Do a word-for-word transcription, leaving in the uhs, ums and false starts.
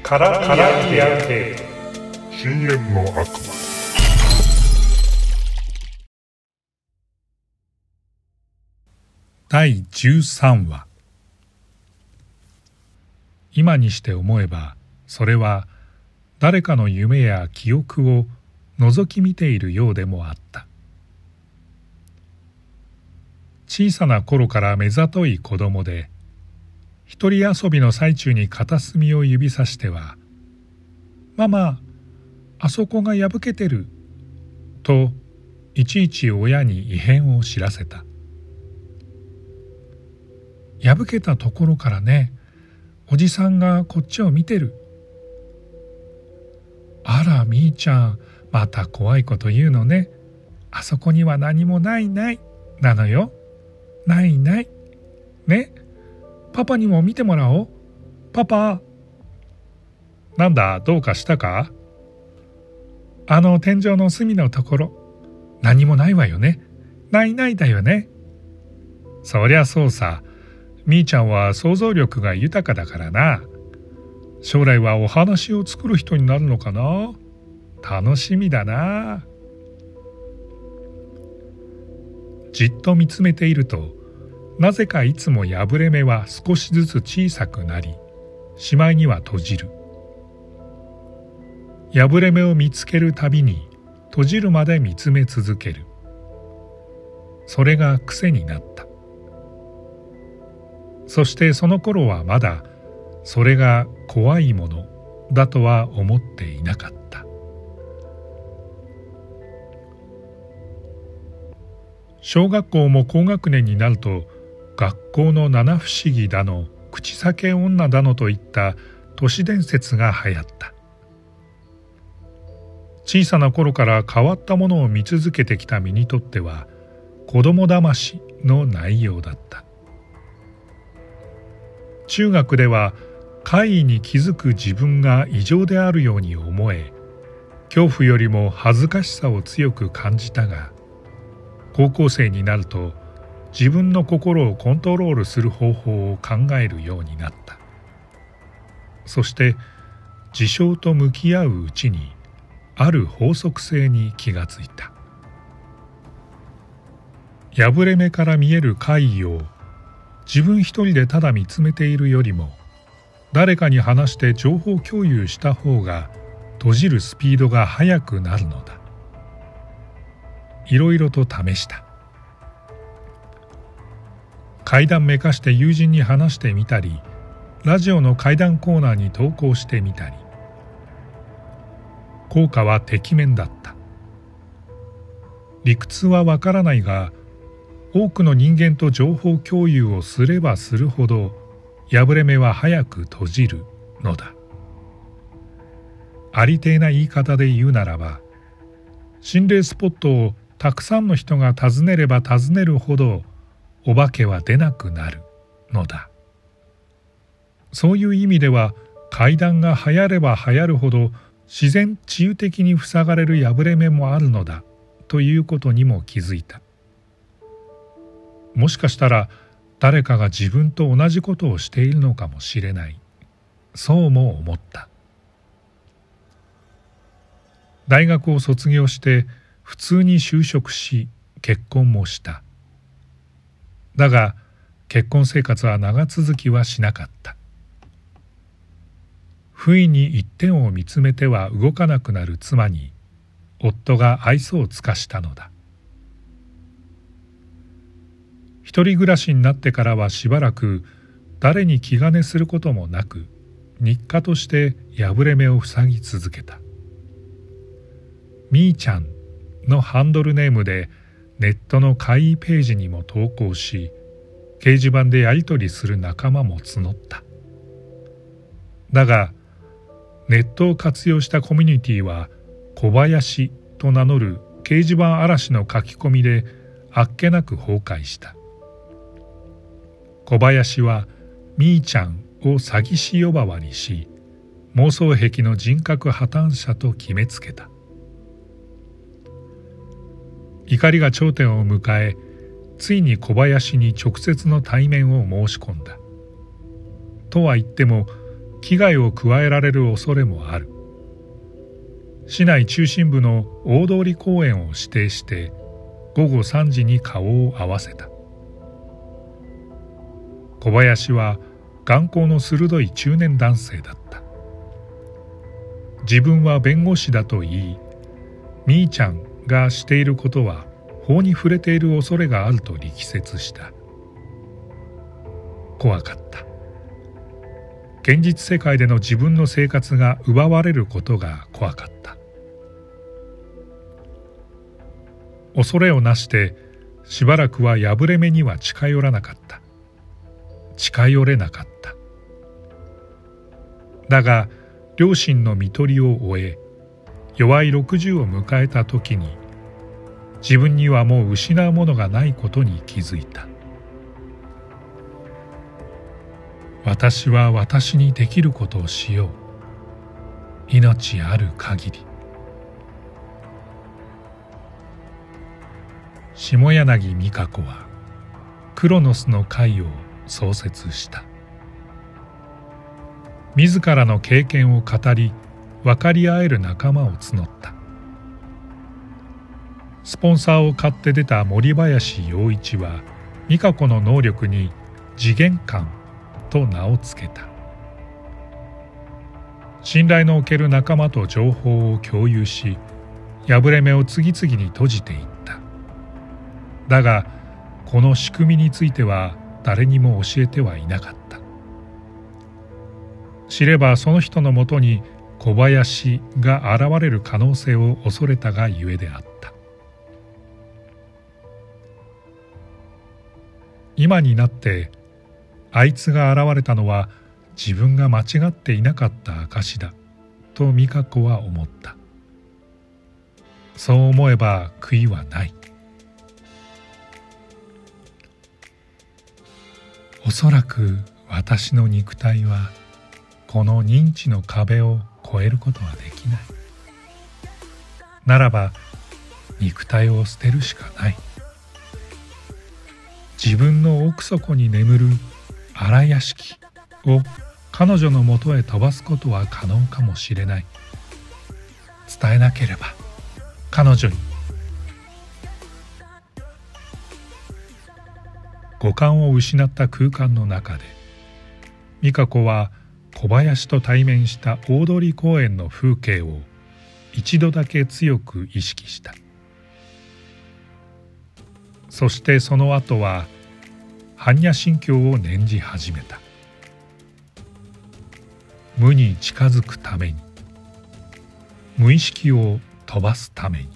カラビアン系深淵の悪魔。 だいじゅうさんわ。今にして思えばそれは誰かの夢や記憶を覗き見ているようでもあった。小さな頃から目ざとい子供で、一人遊びの最中に片隅を指さしては「ママ、あそこが破けてる」といちいち親に異変を知らせた。破けたところからね、おじさんがこっちを見てる。あら、みーちゃん、また怖いこと言うのね。あそこには何もないないなのよ。ないないね。パパにも見てもらおう。パパ。なんだ、どうかしたか？あの天井の隅のところ、何もないわよね。ないないだよね。そりゃそうさ。みーちゃんは想像力が豊かだからな。将来はお話を作る人になるのかな。楽しみだな。じっと見つめていると、なぜかいつも破れ目は少しずつ小さくなり、しまいには閉じる。破れ目を見つけるたびに閉じるまで見つめ続ける。それが癖になった。そしてその頃はまだそれが怖いものだとは思っていなかった。小学校も高学年になると、学校の七不思議だの口裂け女だのといった都市伝説が流行った。小さな頃から変わったものを見続けてきた身にとっては子供だましの内容だった。中学では怪異に気づく自分が異常であるように思え、恐怖よりも恥ずかしさを強く感じたが、高校生になると自分の心をコントロールする方法を考えるようになった。そして事象と向き合ううちにある法則性に気がついた。破れ目から見える怪異を自分一人でただ見つめているよりも、誰かに話して情報共有した方が閉じるスピードが速くなるのだ。いろいろと試した。怪談めかして友人に話してみたり、ラジオの怪談コーナーに投稿してみたり。効果はてきめんだった。理屈はわからないが、多くの人間と情報共有をすればするほど破れ目は早く閉じるのだ。ありていな言い方で言うならば、心霊スポットをたくさんの人が訪ねれば訪ねるほどお化けは出なくなるのだ。そういう意味では怪談が流行れば流行るほど自然治癒的に塞がれる破れ目もあるのだということにも気づいた。もしかしたら誰かが自分と同じことをしているのかもしれない。そうも思った。大学を卒業して普通に就職し結婚もした。だが結婚生活は長続きはしなかった。不意に一点を見つめては動かなくなる妻に夫が愛想を尽かしたのだ。一人暮らしになってからはしばらく誰に気兼ねすることもなく、日課として破れ目を塞ぎ続けた。みーちゃんのハンドルネームでネットの怪異ページにも投稿し、掲示板でやり取りする仲間も募った。だがネットを活用したコミュニティは小林と名乗る掲示板嵐の書き込みであっけなく崩壊した。小林はみーちゃんを詐欺師呼ばわりし、妄想癖の人格破綻者と決めつけた。怒りが頂点を迎え、ついに小林に直接の対面を申し込んだ。とは言っても危害を加えられる恐れもある。市内中心部の大通公園を指定してごごさんじに顔を合わせた。小林は眼光の鋭い中年男性だった。自分は弁護士だと言い、みーちゃんがしていることは法に触れている恐れがあると力説した。怖かった。現実世界での自分の生活が奪われることが怖かった。恐れをなしてしばらくは破れ目には近寄らなかった。近寄れなかった。だが両親の看取りを終え、弱いろくじゅうを迎えた時に自分にはもう失うものがないことに気づいた。私は私にできることをしよう。命ある限り。下柳美香子はクロノスの会を創設した。自らの経験を語り分かり合える仲間を募った。スポンサーを買って出た森林洋一は美香子の能力に次元感と名を付けた。信頼のおける仲間と情報を共有し、破れ目を次々に閉じていった。だがこの仕組みについては誰にも教えてはいなかった。知ればその人のもとに小林が現れる可能性を恐れたがゆえであった。今になってあいつが現れたのは自分が間違っていなかった証だと美香子は思った。そう思えば悔いはない。おそらく私の肉体はこの認知の壁を越えることはできない。ならば肉体を捨てるしかない。自分の奥底に眠る荒屋敷を彼女のもとへ飛ばすことは可能かもしれない。伝えなければ彼女に。五感を失った空間の中で美香子は小林と対面した大通公園の風景を一度だけ強く意識した。そしてその後は般若心経を念じ始めた。無に近づくために、無意識を飛ばすために。